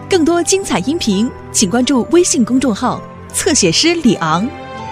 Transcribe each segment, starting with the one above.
更多精彩音频，请关注微信公众号“侧写师李昂”。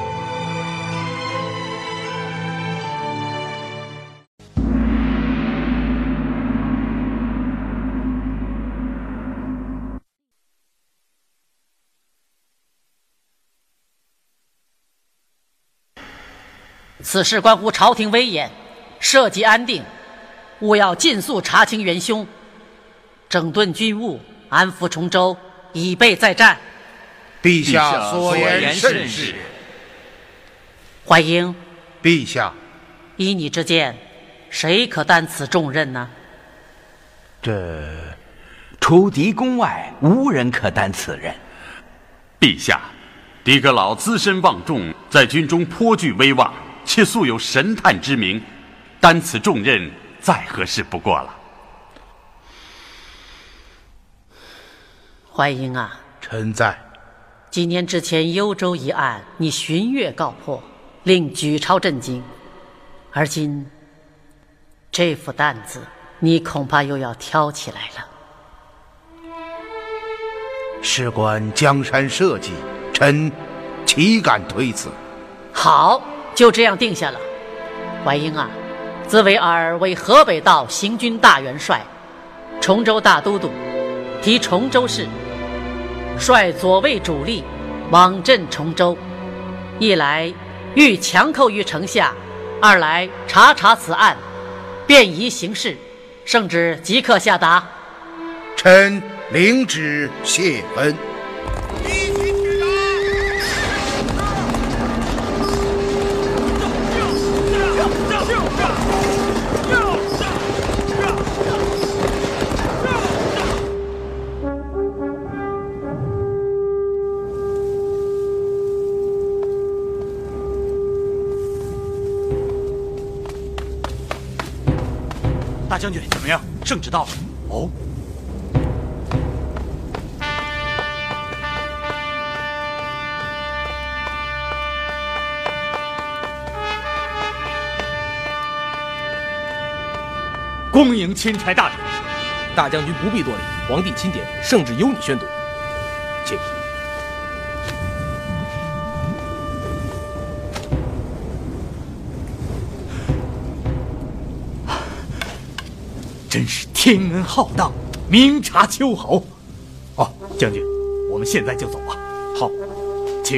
此事关乎朝廷威严，社稷安定，务要尽速查清元凶，整顿军务，安抚崇州，以备再战。 陛下所言甚是。 淮英， 陛下， 依你之见，谁可担此重任呢？ 这除狄公外，无人可担此任。 陛下，狄阁老资深望重，在军中颇具威望，且素有神探之名，担此重任再合适不过了。 淮英啊， 臣在。 几年之前幽州一案，你巡阅告破，令举朝震惊。而今这副担子，你恐怕又要挑起来了。 事关江山社稷，臣岂敢推辞？ 好，就这样定下了。淮英啊，兹维尔为河北道行军大元帅，崇州大都督，提崇州事，率左卫主力往镇崇州，一来欲强寇于城下，二来查此案，便宜行事，圣旨即刻下达。 臣领旨谢恩。 大将军怎么样？圣旨到了。哦。恭迎钦差大人。 大将军不必多礼，皇帝钦点，圣旨由你宣读，请。 真是天恩浩荡，明察秋毫。哦，将军，我们现在就走吧。好，请。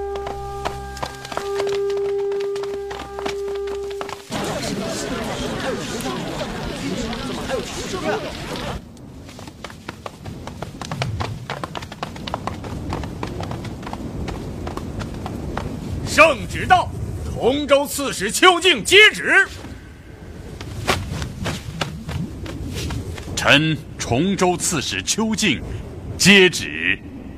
圣旨到，崇州刺史邱敬接旨。 臣崇州刺史邱敬接旨。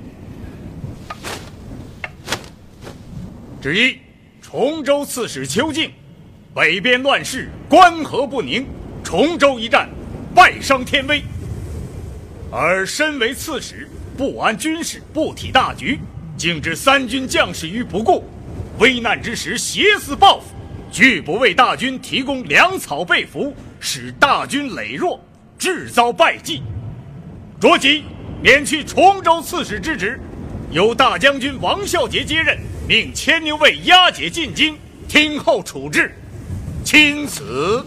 旨一：崇州刺史邱敬，北边乱世，关河不宁，崇州一战，败伤天威。而身为刺史，不安军事，不体大局，竟置三军将士于不顾，危难之时挟私报复，拒不为大军提供粮草被服，使大军羸弱，致遭败绩。着即免去崇州刺史之职，由大将军王孝杰接任，命牵牛卫押解进京，听候处置。钦此。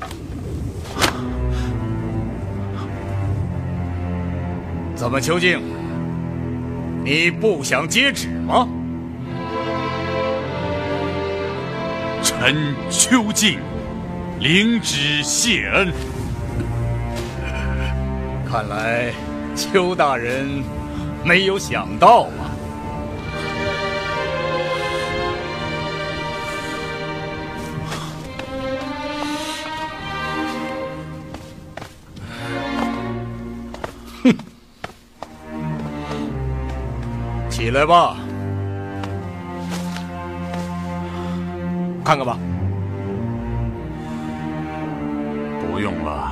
怎么，邱敬，你不想接旨吗？ 臣邱敬领旨谢恩。 看来邱大人没有想到啊。哼，起来吧， 看看吧。 不用了。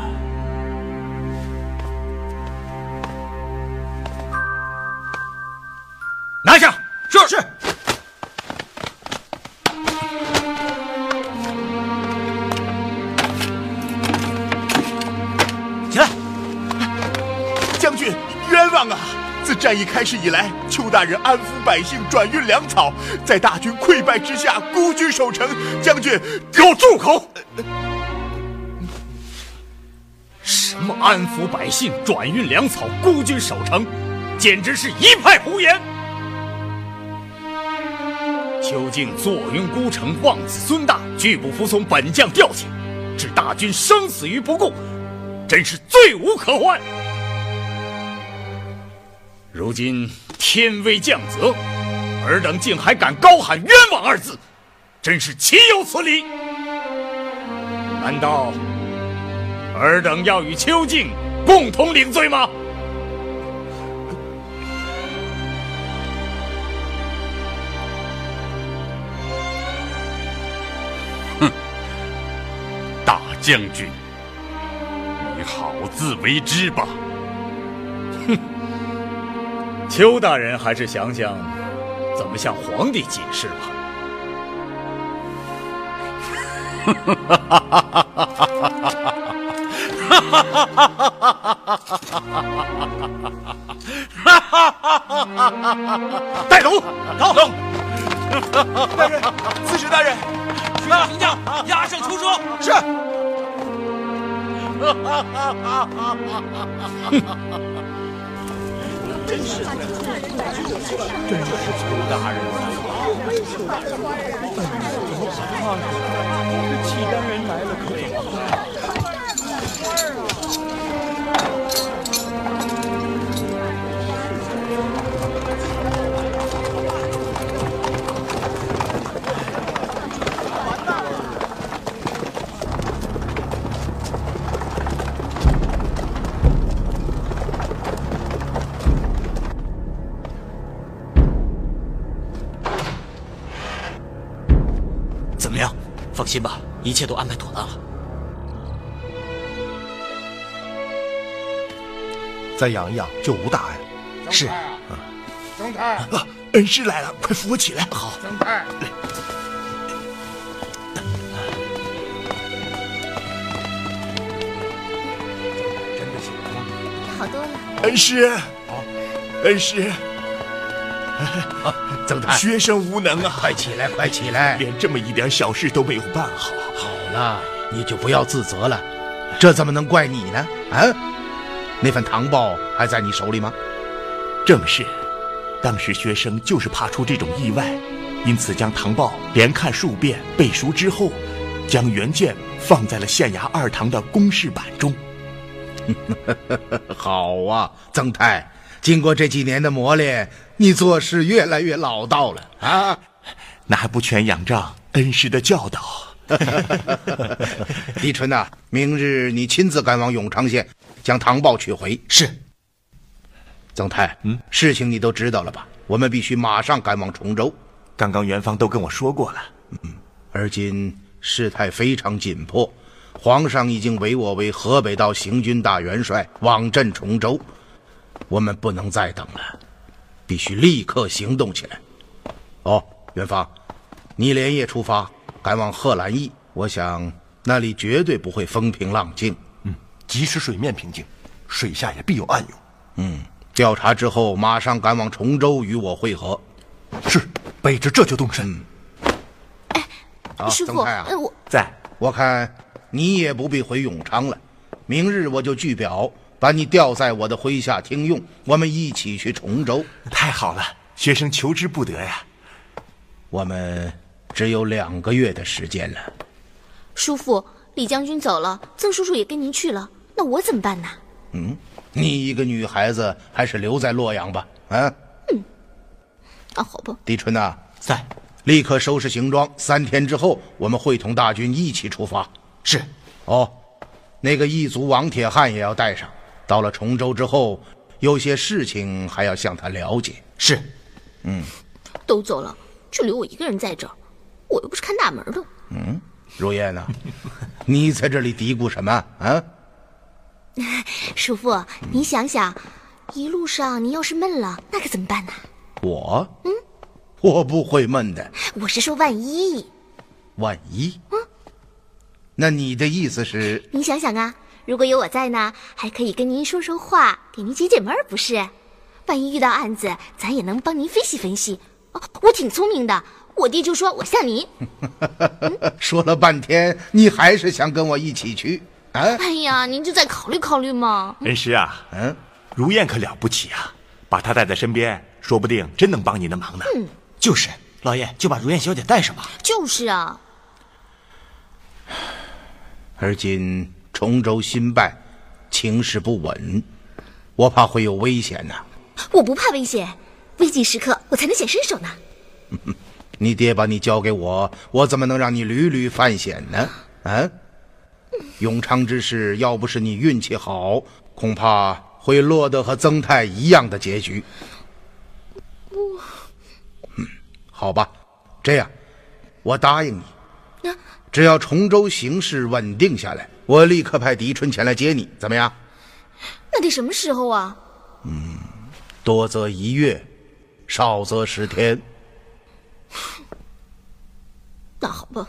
拿下！ 是。 起来！ 将军，冤枉啊！ 自战役开始以来，邱大人安抚百姓，转运粮草，在大军溃败之下孤军守城。将军， 给我住口！什么安抚百姓、转运粮草、孤军守城，简直是一派胡言！邱敬坐拥孤城，望子孙大，拒不服从本将调遣，置大军生死于不顾，真是罪无可逭。如今天威降泽，尔等竟还敢高喊冤枉二字，真是岂有此理！难道尔等要与邱敬共同领罪吗？ 哼，大将军，你好自为之吧。 哼，邱大人还是想想怎么向皇帝解释吧。 带走，走！大人，刺史大人， 水大平将押上秋收。 是。 真是邱大人啊！这契丹人来了可怎么办？ 怎么样？放心吧，一切都安排妥当了。 再养一养就无大碍。 是。 曾太，恩师来了，快扶我起来。 好。 曾太， 真的行吗？ 好多了。 恩师，恩师。 曾太， 学生无能啊！ 快起来，快起来！ 连这么一点小事都没有办好。 好了，你就不要自责了，这怎么能怪你呢？啊，那份唐报还在你手里吗？ 正是，当时学生就是怕出这种意外，因此将唐报连看数遍，背熟之后，将原件放在了县衙二堂的公事板中。 好啊，曾太，经过这几年的磨练，你做事越来越老道了啊！ 那还不全仰仗恩师的教导。 李春呐，明日你亲自赶往永昌县，将唐报取回。 是。 曾太，事情你都知道了吧？我们必须马上赶往崇州。 刚刚元芳都跟我说过了。 而今事态非常紧迫，皇上已经委我为河北道行军大元帅，往镇崇州。我们不能再等了，必须立刻行动起来。哦，元芳，你连夜出发，赶往贺兰驿。我想那里绝对不会风平浪静。 即使水面平静，水下也必有暗涌。 调查之后，马上赶往崇州与我会合。 是，卑职这就动身。 师傅， 我在。我看你也不必回永昌了，明日我就据表，把你调在我的麾下听用，我们一起去崇州。 太好了，学生求之不得呀。 我们只有2个月的时间了。 叔父，李将军走了，曾叔叔也跟您去了，那我怎么办呢？ 你一个女孩子，还是留在洛阳吧。 好吧。 狄春呐， 在。 立刻收拾行装，3天之后，我们会同大军一起出发。 是。 哦，那个异族王铁汉也要带上。到了崇州之后，有些事情还要向他了解。 是。 都走了，就留我一个人在这儿，我又不是看大门的。 如燕呢？你在这里嘀咕什么啊？ 叔父，您想想，一路上您要是闷了，那可怎么办呢？ 我我不会闷的。 我是说万一。 万一？那你的意思是？ 您想想啊，如果有我在呢，还可以跟您说说话，给您解解闷儿，不是？ 万一遇到案子，咱也能帮您分析分析。哦，我挺聪明的，我爹就说我像您。 说了半天，你还是想跟我一起去啊？ 哎呀，您就再考虑考虑嘛。 恩师啊，如燕可了不起啊，把她带在身边，说不定真能帮您的忙呢。 就是，老爷就把如燕小姐带上吧。 就是啊。 而今崇州新败，情势不稳，我怕会有危险呐。 我不怕危险，危急时刻我才能显身手呢。 你爹把你交给我，我怎么能让你屡屡犯险呢？啊！永昌之事，要不是你运气好，恐怕会落得和曾泰一样的结局。好吧，这样，我答应你，只要崇州形势稳定下来，我立刻派狄春前来接你，怎么样？ 那得什么时候啊？ 多则1月，少则10天。 那好吧。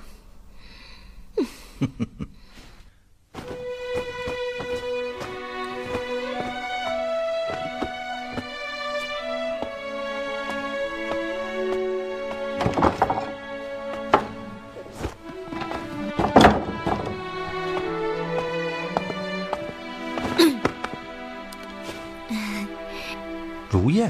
如燕，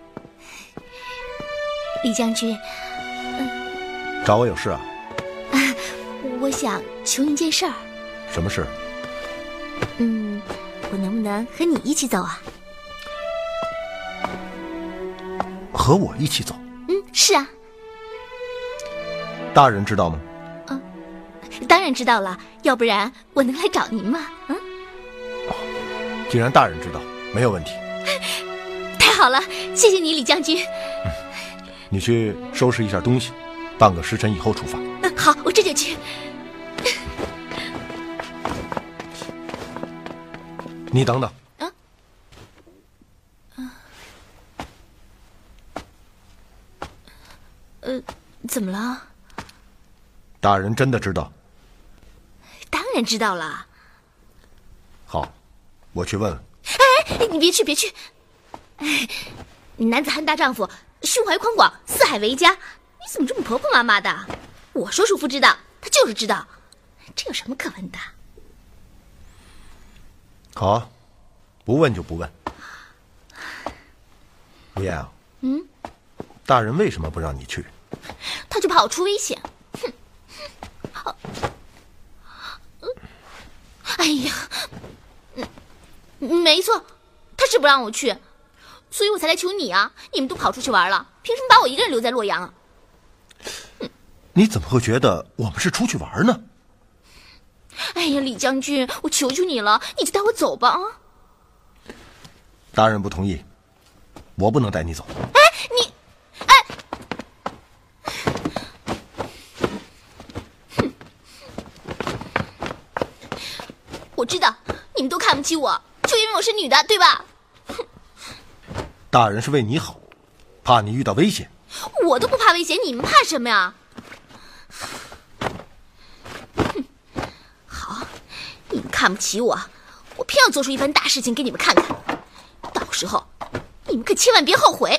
李将军， 找我有事啊？ 我想求您件事儿。 什么事？ 我能不能和你一起走啊？ 和我一起走？ 是啊。 大人知道吗？ 当然知道了，要不然我能来找您吗？ 既然大人知道，没有问题。 太好了，谢谢你，李将军。 你去收拾一下东西，半个时辰以后出发。 好，我这就去。 你等等。 怎么了？ 大人真的知道？ 当然知道了。 好，我去问问。 哎，你别去，别去。男子汉大丈夫，胸怀宽广，四海为家。你怎么这么婆婆妈妈的？我说叔父知道，他就是知道，这有什么可问的？ 好啊，不问就不问。如燕啊，大人为什么不让你去？ 他就怕我出危险。哎呀，没错，他是不让我去，所以我才来求你啊！你们都跑出去玩了，凭什么把我一个人留在洛阳啊？ 你怎么会觉得我们是出去玩呢？ 哎呀，李将军，我求求你了，你就带我走吧啊！ 大人不同意，我不能带你走。我知道你们都看不起我，就因为我是女的，对吧？ 大人是为你好，怕你遇到危险。 我都不怕危险，你们怕什么呀？好，你们看不起我，我偏要做出一番大事情给你们看看，到时候你们可千万别后悔。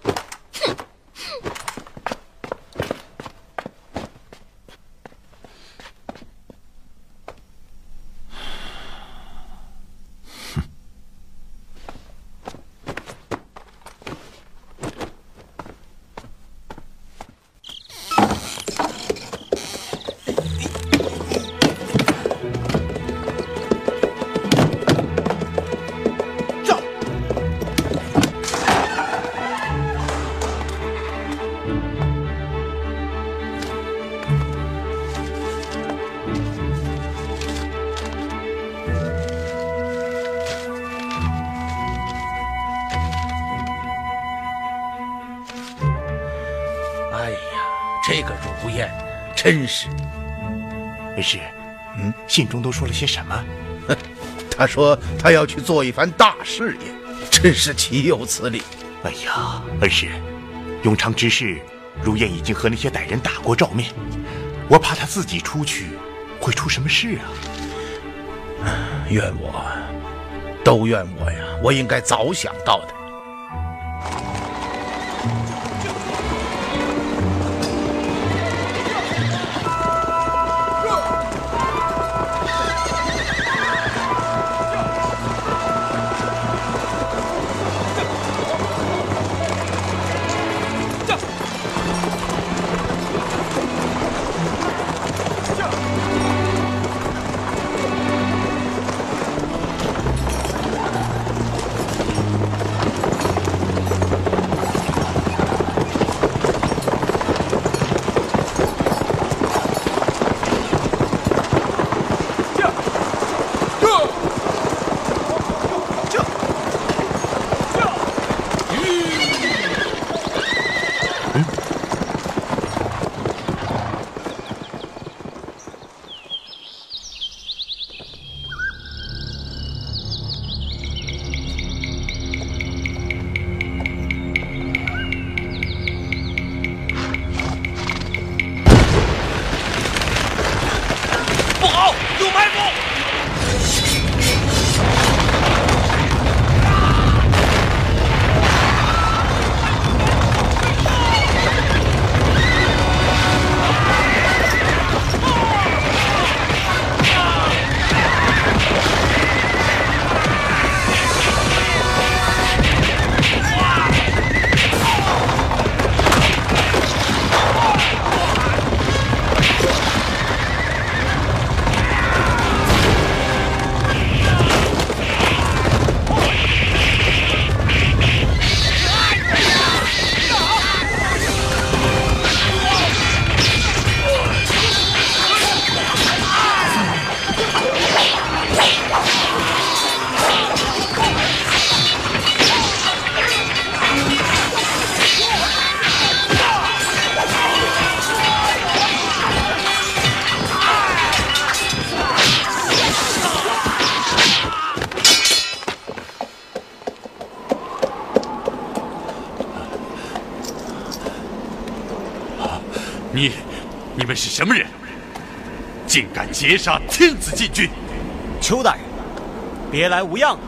这个如燕真是。 恩师，信中都说了些什么？ 他说他要去做一番大事业，真是岂有此理！ 哎呀，恩师，永昌之事，如燕已经和那些歹人打过照面，我怕他自己出去会出什么事啊！ 怨我，都怨我呀！我应该早想到的。 你们是什么人？竟敢劫杀天子禁军！ 邱大人，别来无恙。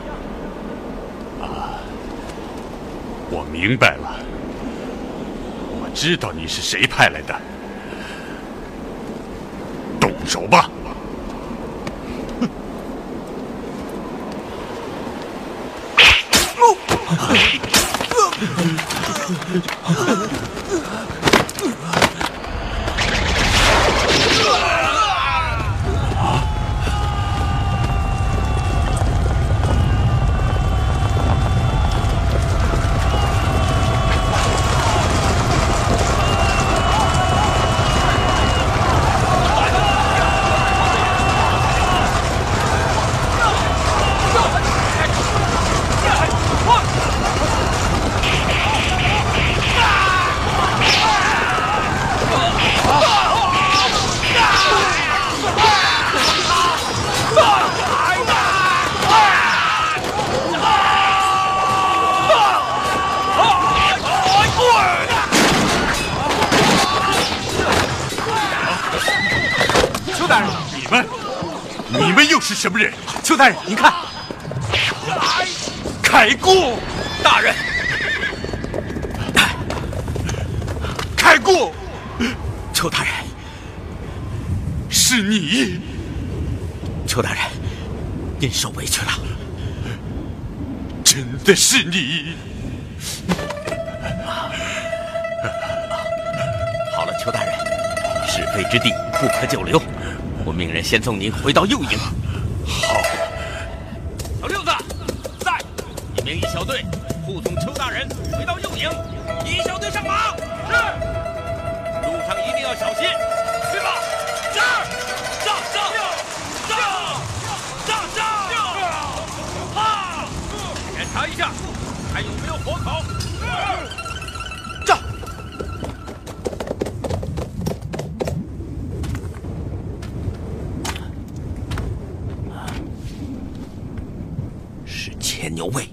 我明白了，我知道你是谁派来的。动手吧！你们又是什么人？ 邱大人，您看， 开锅！ 大人， 开锅！ 邱大人， 是你！ 邱大人，您受委屈了。 真的是你！ 好了，邱大人，是非之地不可久留。我命人先送您回到右营。 好。 小六子，在，你命一小队护送邱大人回到右营，一小队上马。是。路上一定要小心。去吧。是。上。检查一下，还有没有火口？牵牛卫，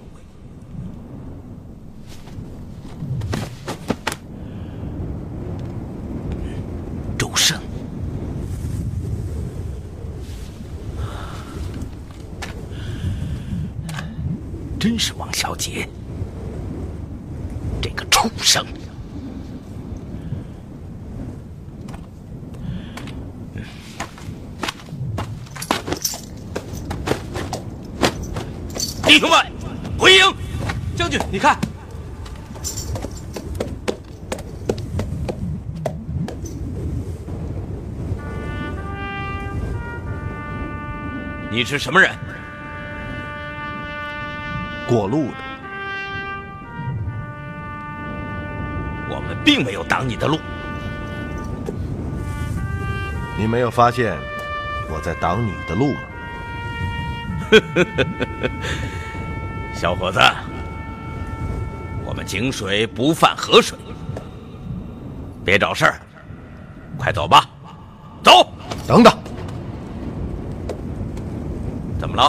周胜，真是王小姐，这个畜生！弟兄们，回营！ 将军，你看， 你是什么人？ 过路的。 我们并没有挡你的路。 你没有发现我在挡你的路吗？ 小伙子，我们井水不犯河水，别找事儿，快走吧。走。 等等。 怎么了？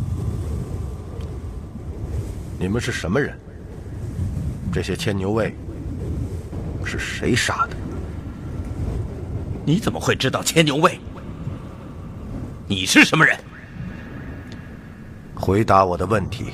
你们是什么人？这些牵牛卫是谁杀的？ 你怎么会知道牵牛卫？你是什么人？ 回答我的问题。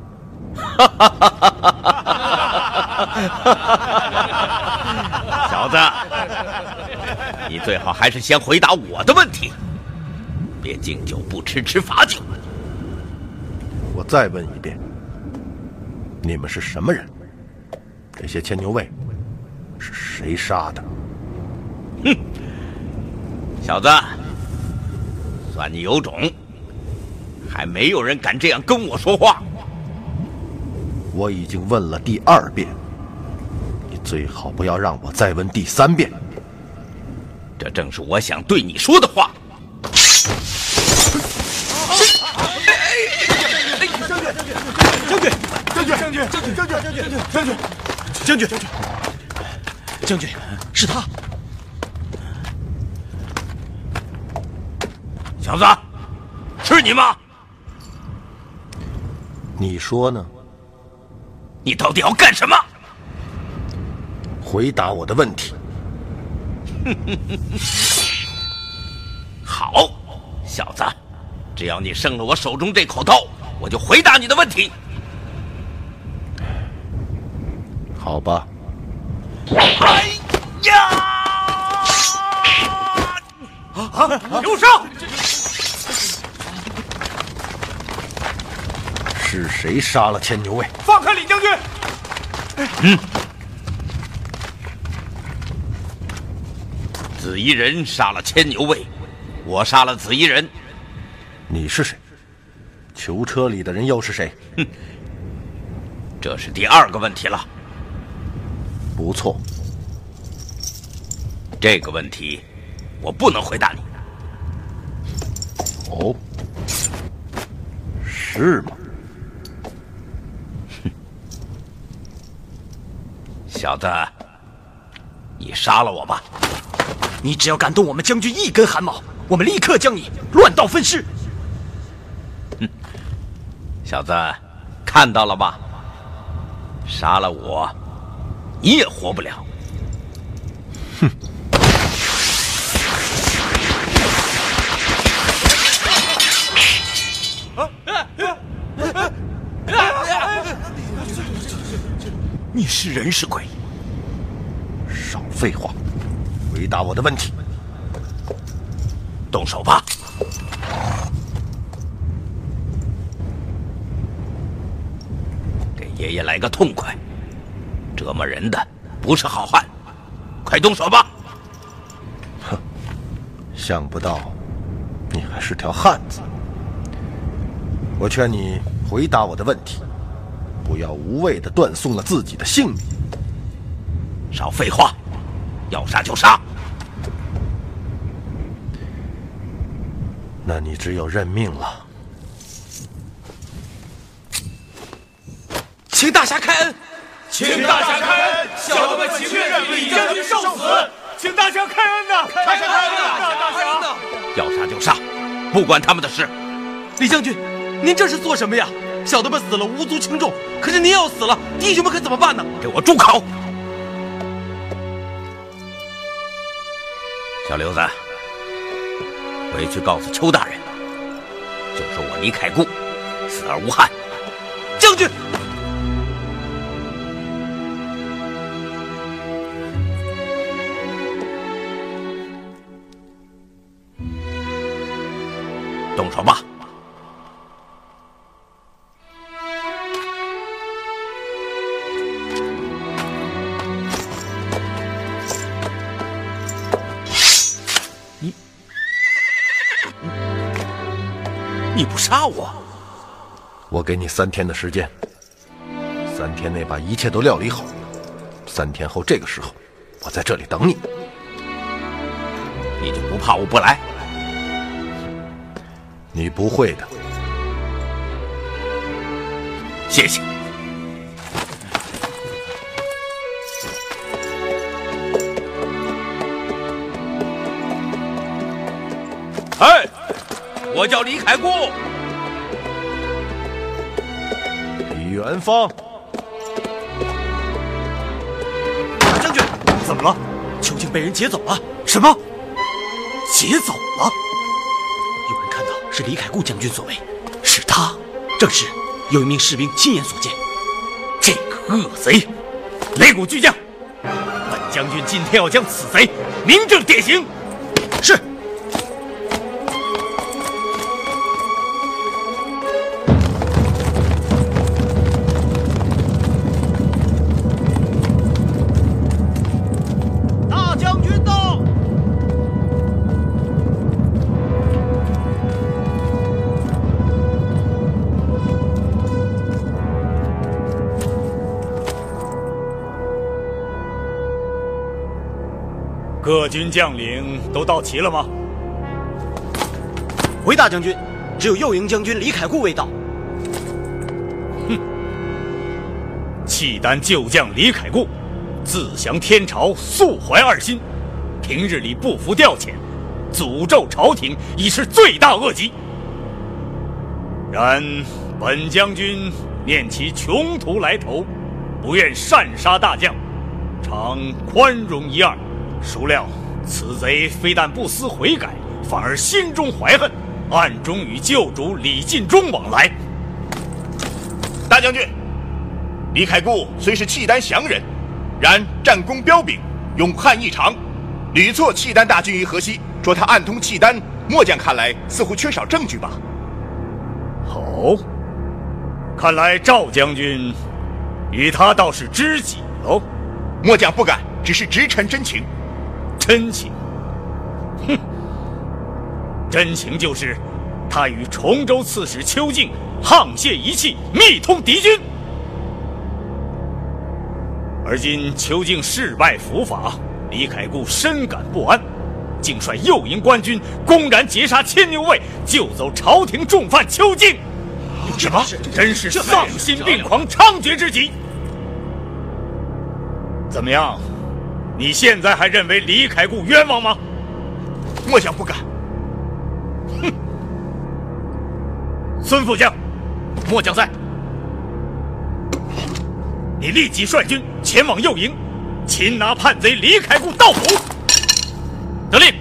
小子，你最好还是先回答我的问题，别敬酒不吃吃罚酒。 我再问一遍，你们是什么人？这些牵牛卫是谁杀的？ 哼，小子，算你有种，还没有人敢这样跟我说话。 我已经问了第2遍，你最好不要让我再问第3遍。 这正是我想对你说的话。 将军，是他。 小子，是你吗？ 你说呢？ 你到底要干什么？ 回答我的问题。 好，小子，只要你胜了我手中这口刀，我就回答你的问题。 好吧。 哎呀！ 住手！ 是谁杀了千牛卫？ 放开李将军！ 紫衣人杀了千牛卫，我杀了紫衣人。 你是谁？囚车里的人又是谁？ 这是第二个问题了。 不错， 这个问题我不能回答你。 哦，是吗？ 小子，你杀了我吧！ 你只要敢动我们将军一根汗毛，我们立刻将你乱刀分尸。 小子，看到了吧？杀了我，你也活不了。 哼！ 你是人是鬼？ 少废话，回答我的问题。 动手吧！给爷爷来个痛快！折磨人的不是好汉，快动手吧！ 哼，想不到你还是条汉子。我劝你回答我的问题，不要无谓地断送了自己的性命。 少废话，要杀就杀。 那你只有认命了。 请大侠开恩！ 请大侠开恩！小的们情愿让李将军受死，请大侠开恩呐！大侠开恩呐！大侠， 要杀就杀，不管他们的事。 李将军，您这是做什么呀？小的们死了无足轻重，可是您要死了，弟兄们可怎么办呢？ 给我住口！小刘子，回去告诉邱大人，就说我李凯固死而无憾。 将军， 动手吧！ 你不杀我， 我给你3天的时间，3天内把一切都料理好。3天后这个时候，我在这里等你。 你就不怕我不来？ 你不会的。 谢谢。哎，我叫李凯固。 李元芳。 大将军，怎么了？囚禁被人劫走了。什么？劫走了？有人看到是李凯固将军所为，是他，正是有一名士兵亲眼所见。 这个恶贼，擂鼓巨将，本将军今天要将此贼明正典刑。 是。 大将军到。各军将领都到齐了吗？ 回大将军，只有右营将军李凯固未到。 哼！契丹旧将李凯固，自降天朝，素怀二心，平日里不服调遣，诅咒朝廷，已是罪大恶极。然本将军念其穷途来投，不愿擅杀大将，常宽容一二。孰料此贼非但不思悔改，反而心中怀恨，暗中与旧主李尽忠往来。 大将军，李凯固虽是契丹降人，然战功彪炳，勇悍异常，屡挫契丹大军于河西，说他暗通契丹。末将看来似乎缺少证据吧？ 哦，看来赵将军与他倒是知己喽。 末将不敢，只是直陈真情。 真情？哼，真情就是他与崇州刺史邱敬沆瀣一气，密通敌军。而今邱敬事败伏法，李凯固深感不安，竟率右营官军公然劫杀牵牛卫，救走朝廷重犯邱敬。 什么？ 真是丧心病狂，猖獗之极！怎么样？你现在还认为李凯固冤枉吗？ 末将不敢。 哼！孙副将，末将在。你立即率军前往右营，擒拿叛贼李凯固到府。得令。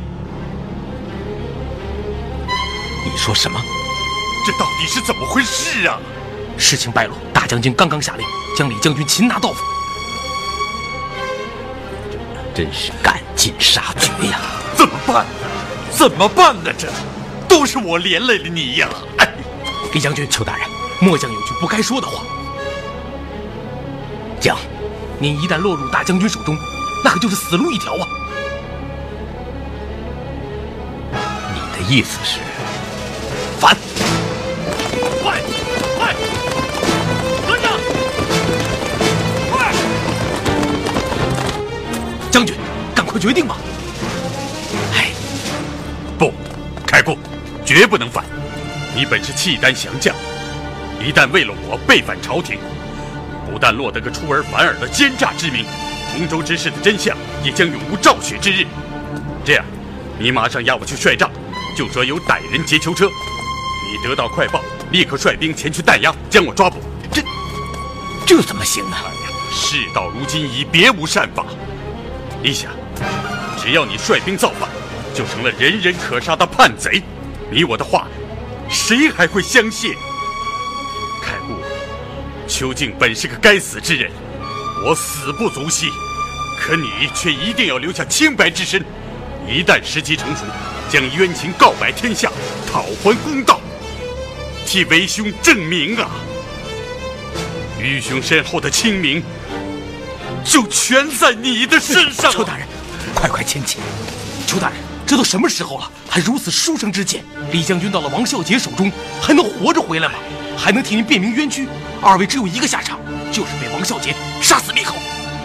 你说什么？ 这到底是怎么回事啊？ 事情败露，大将军刚刚下令将李将军擒拿到府。真是赶尽杀绝呀！ 怎么办呢？怎么办呢？这都是我连累了你呀！哎， 李将军，邱大人，末将有句不该说的话。将，您一旦落入大将军手中，那可就是死路一条啊！你的意思是反？ 快！快！轮着！快！ 将军，赶快决定吧！ 哎，不，凯固，绝不能反！你本是契丹降将，一旦为了我背反朝廷，不但落得个出尔反尔的奸诈之名，崇州之事的真相也将永无昭雪之日。这样，你马上押我去帅帐，就说有歹人劫囚车。你得到快报，立刻率兵前去弹压，将我抓捕。 这怎么行啊？ 事到如今已别无善法。你想，只要你率兵造反，就成了人人可杀的叛贼。你我的话，谁还会相信？凯固，邱敬本是个该死之人，我死不足惜，可你却一定要留下清白之身。一旦时机成熟，将冤情告白天下，讨还公道，替为兄正名啊！愚兄身后的清名，就全在你的身上。 邱大人，快签签！邱大人，这都什么时候了，还如此书生之见？李将军到了王孝杰手中，还能活着回来吗？还能替您辨明冤屈？二位只有一个下场，就是被王孝杰杀死灭口。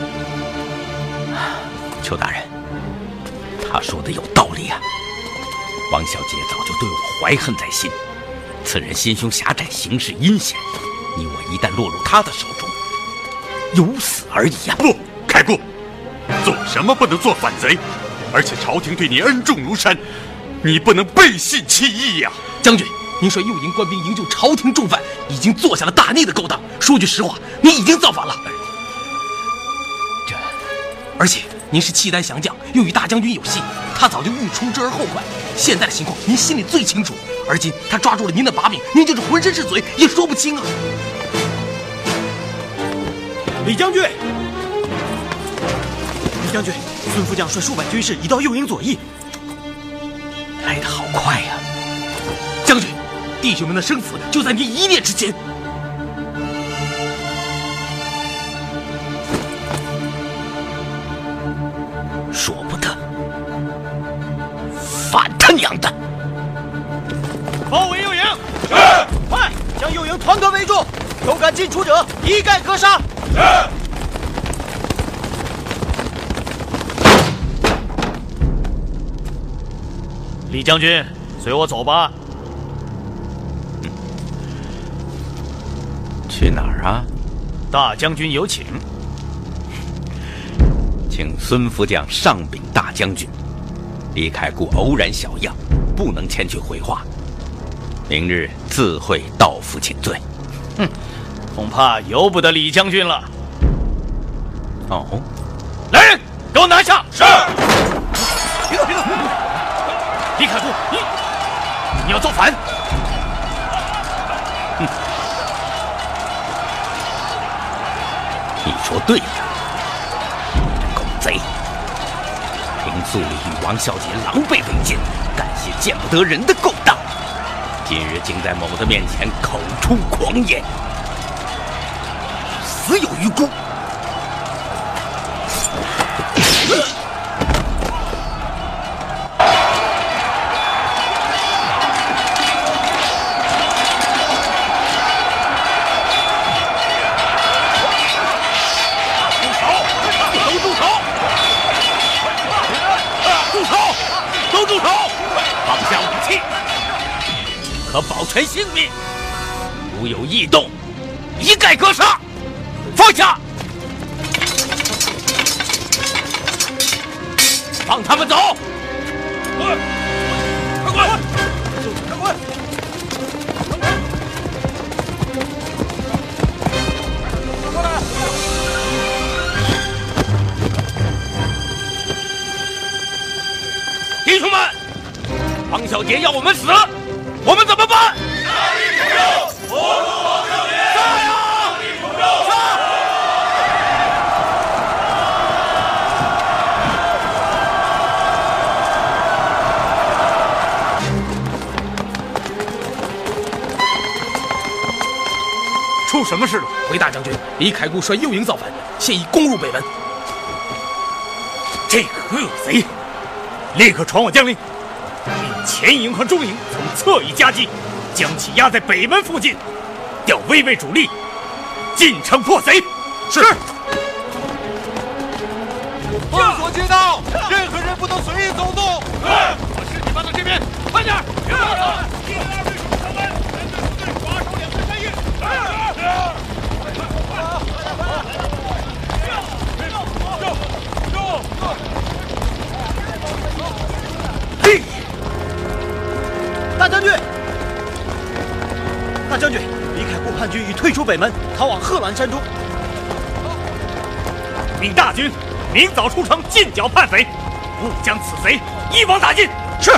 邱大人，他说的有道理啊！王孝杰早就对我怀恨在心，此人心胸狭窄，行事阴险，你我一旦落入他的手中，有死而已呀！ 不，凯固，做什么不能做反贼？而且朝廷对你恩重如山，你不能背信弃义呀！ 将军，您率右营官兵营救朝廷重犯，已经做下了大逆的勾当。说句实话，您已经造反了。而且您是契丹降将，又与大将军有隙，他早就欲除之而后快。现在的情况您心里最清楚。而今他抓住了您的把柄，您就是浑身是嘴也说不清啊！ 李将军，李将军，孙副将率数百军士已到右营左翼， 来得好快呀！将军，弟兄们的生死就在您一念之间。说不得，反他娘的！ 包围右营，是。快将右营团团围住，有敢进出者一概格杀。是。李将军，随我走吧。 去哪儿啊？ 大将军有请。 请孙副将上禀大将军，李凯固偶然小恙，不能前去回话，明日自会到府请罪。 哼，恐怕由不得李将军了。 哦， 来人，给我拿下！是。 李凯夫，你要造反？ 你说对了，狗贼！平素里与王小姐狼狈为奸，干些见不得人的勾当，今日竟在某的面前口出狂言，死有余辜。可保全性命，如有异动，一概格杀！放下，放他们走！ 快滚！快滚！过来！ 弟兄们，王小姐要我们死！我们怎么办？ 大力出手，活捉王小姐！ 杀呀！ 大力出手！ 杀！ 出什么事了？回大将军，李凯固率右营造反，现已攻入北门。 这个恶贼，立刻传我将令，令前营和中营从侧翼夹击，将其压在北门附近，调微卫主力，进城破贼。 是。 放所街道，任何人不能随意走动。 把尸体搬到这边，快点！ 别乱了！1、2队守城门，3队、4队寡守2队3营。 嘿！大将军，大将军，李凯固叛军已退出北门，逃往贺兰山中。 命大军明早出城进剿叛匪，务将此贼一网打尽。 是。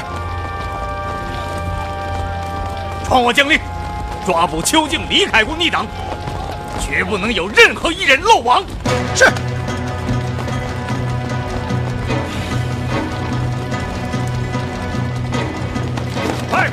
传我将令，抓捕邱静、李凯固逆党，绝不能有任何一人漏网。 是。 快！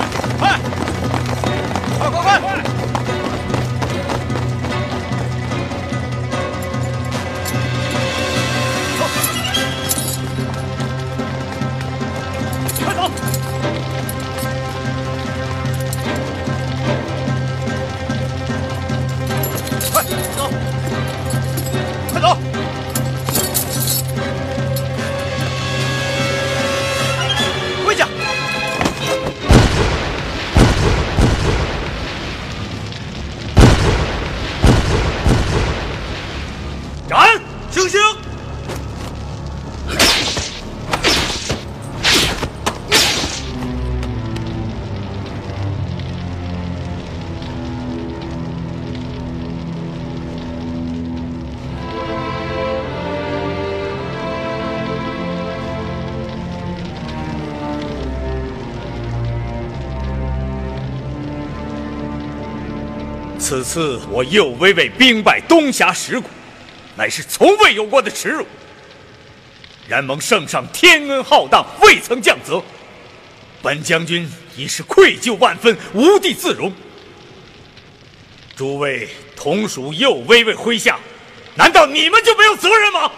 此次我右威卫兵败东峡石谷，乃是从未有过的耻辱。然蒙圣上天恩浩荡，未曾降责，本将军已是愧疚万分，无地自容。诸位同属右威卫麾下，难道你们就没有责任吗？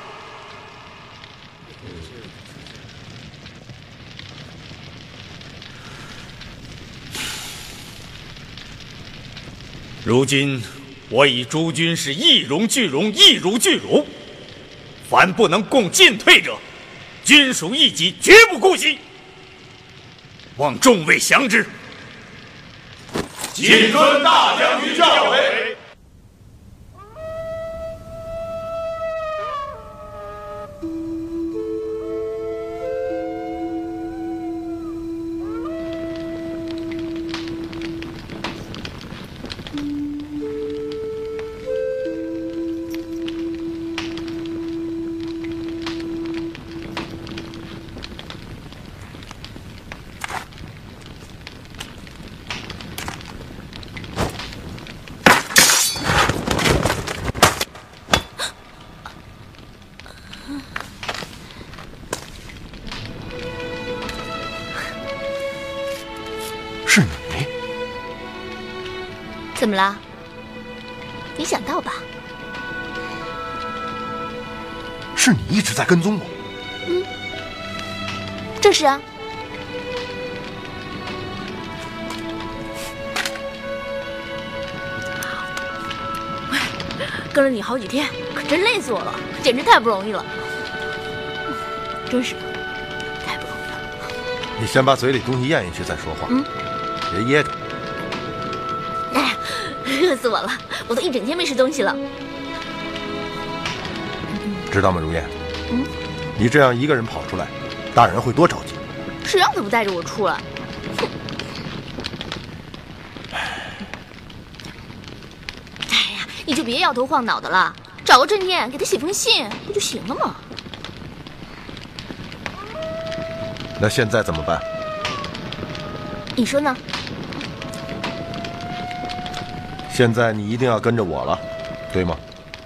如今我以诸军是一荣俱荣，一辱俱辱，凡不能共进退者，均属一己，绝不姑息。望众位详之。 谨遵大将军教诲。 怎么了？没想到吧？ 是你一直在跟踪我？ 嗯，正是啊。跟了你好几天，可真累死我了，简直太不容易了。真是太不容易了。 你先把嘴里东西咽下去再说话，别噎着。 哎，热死我了，我都一整天没吃东西了。 知道吗，如燕？你这样一个人跑出来，大人会多着急。 谁让他不带着我出来？哎呀，你就别摇头晃脑的了，找个证件给他写封信不就行了吗？ 那现在怎么办？ 你说呢？ 现在你一定要跟着我了，对吗？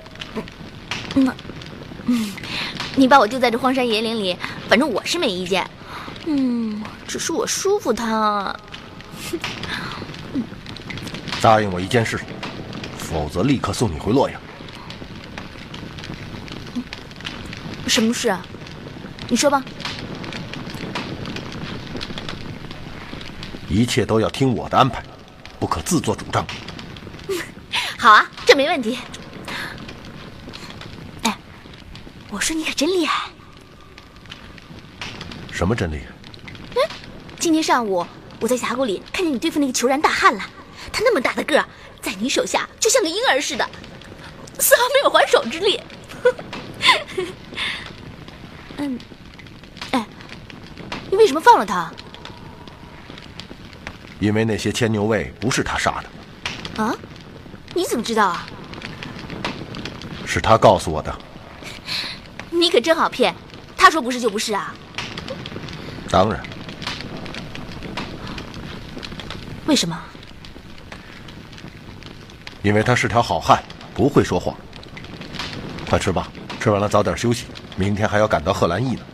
你把我丢在这荒山野岭里，反正我是没意见。只是我叔父他…… 答应我一件事，否则立刻送你回洛阳。 什么事啊？你说吧。 一切都要听我的安排，不可自作主张。 好啊，这没问题。哎，我说你可真厉害。 什么真厉害？ 今天上午我在峡谷里看见你对付那个虬髯大汉了，他那么大的个儿，在你手下就像个婴儿似的，丝毫没有还手之力。哎，你为什么放了他？ 因为那些牵牛卫不是他杀的。 啊？你怎么知道啊？ 是他告诉我的。 你可真好骗，他说不是就不是啊。 当然。 为什么？ 因为他是条好汉，不会说谎。快吃吧，吃完了早点休息，明天还要赶到贺兰驿呢。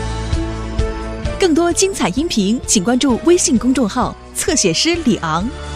更多精彩音频，请关注微信公众号“侧写师李昂”。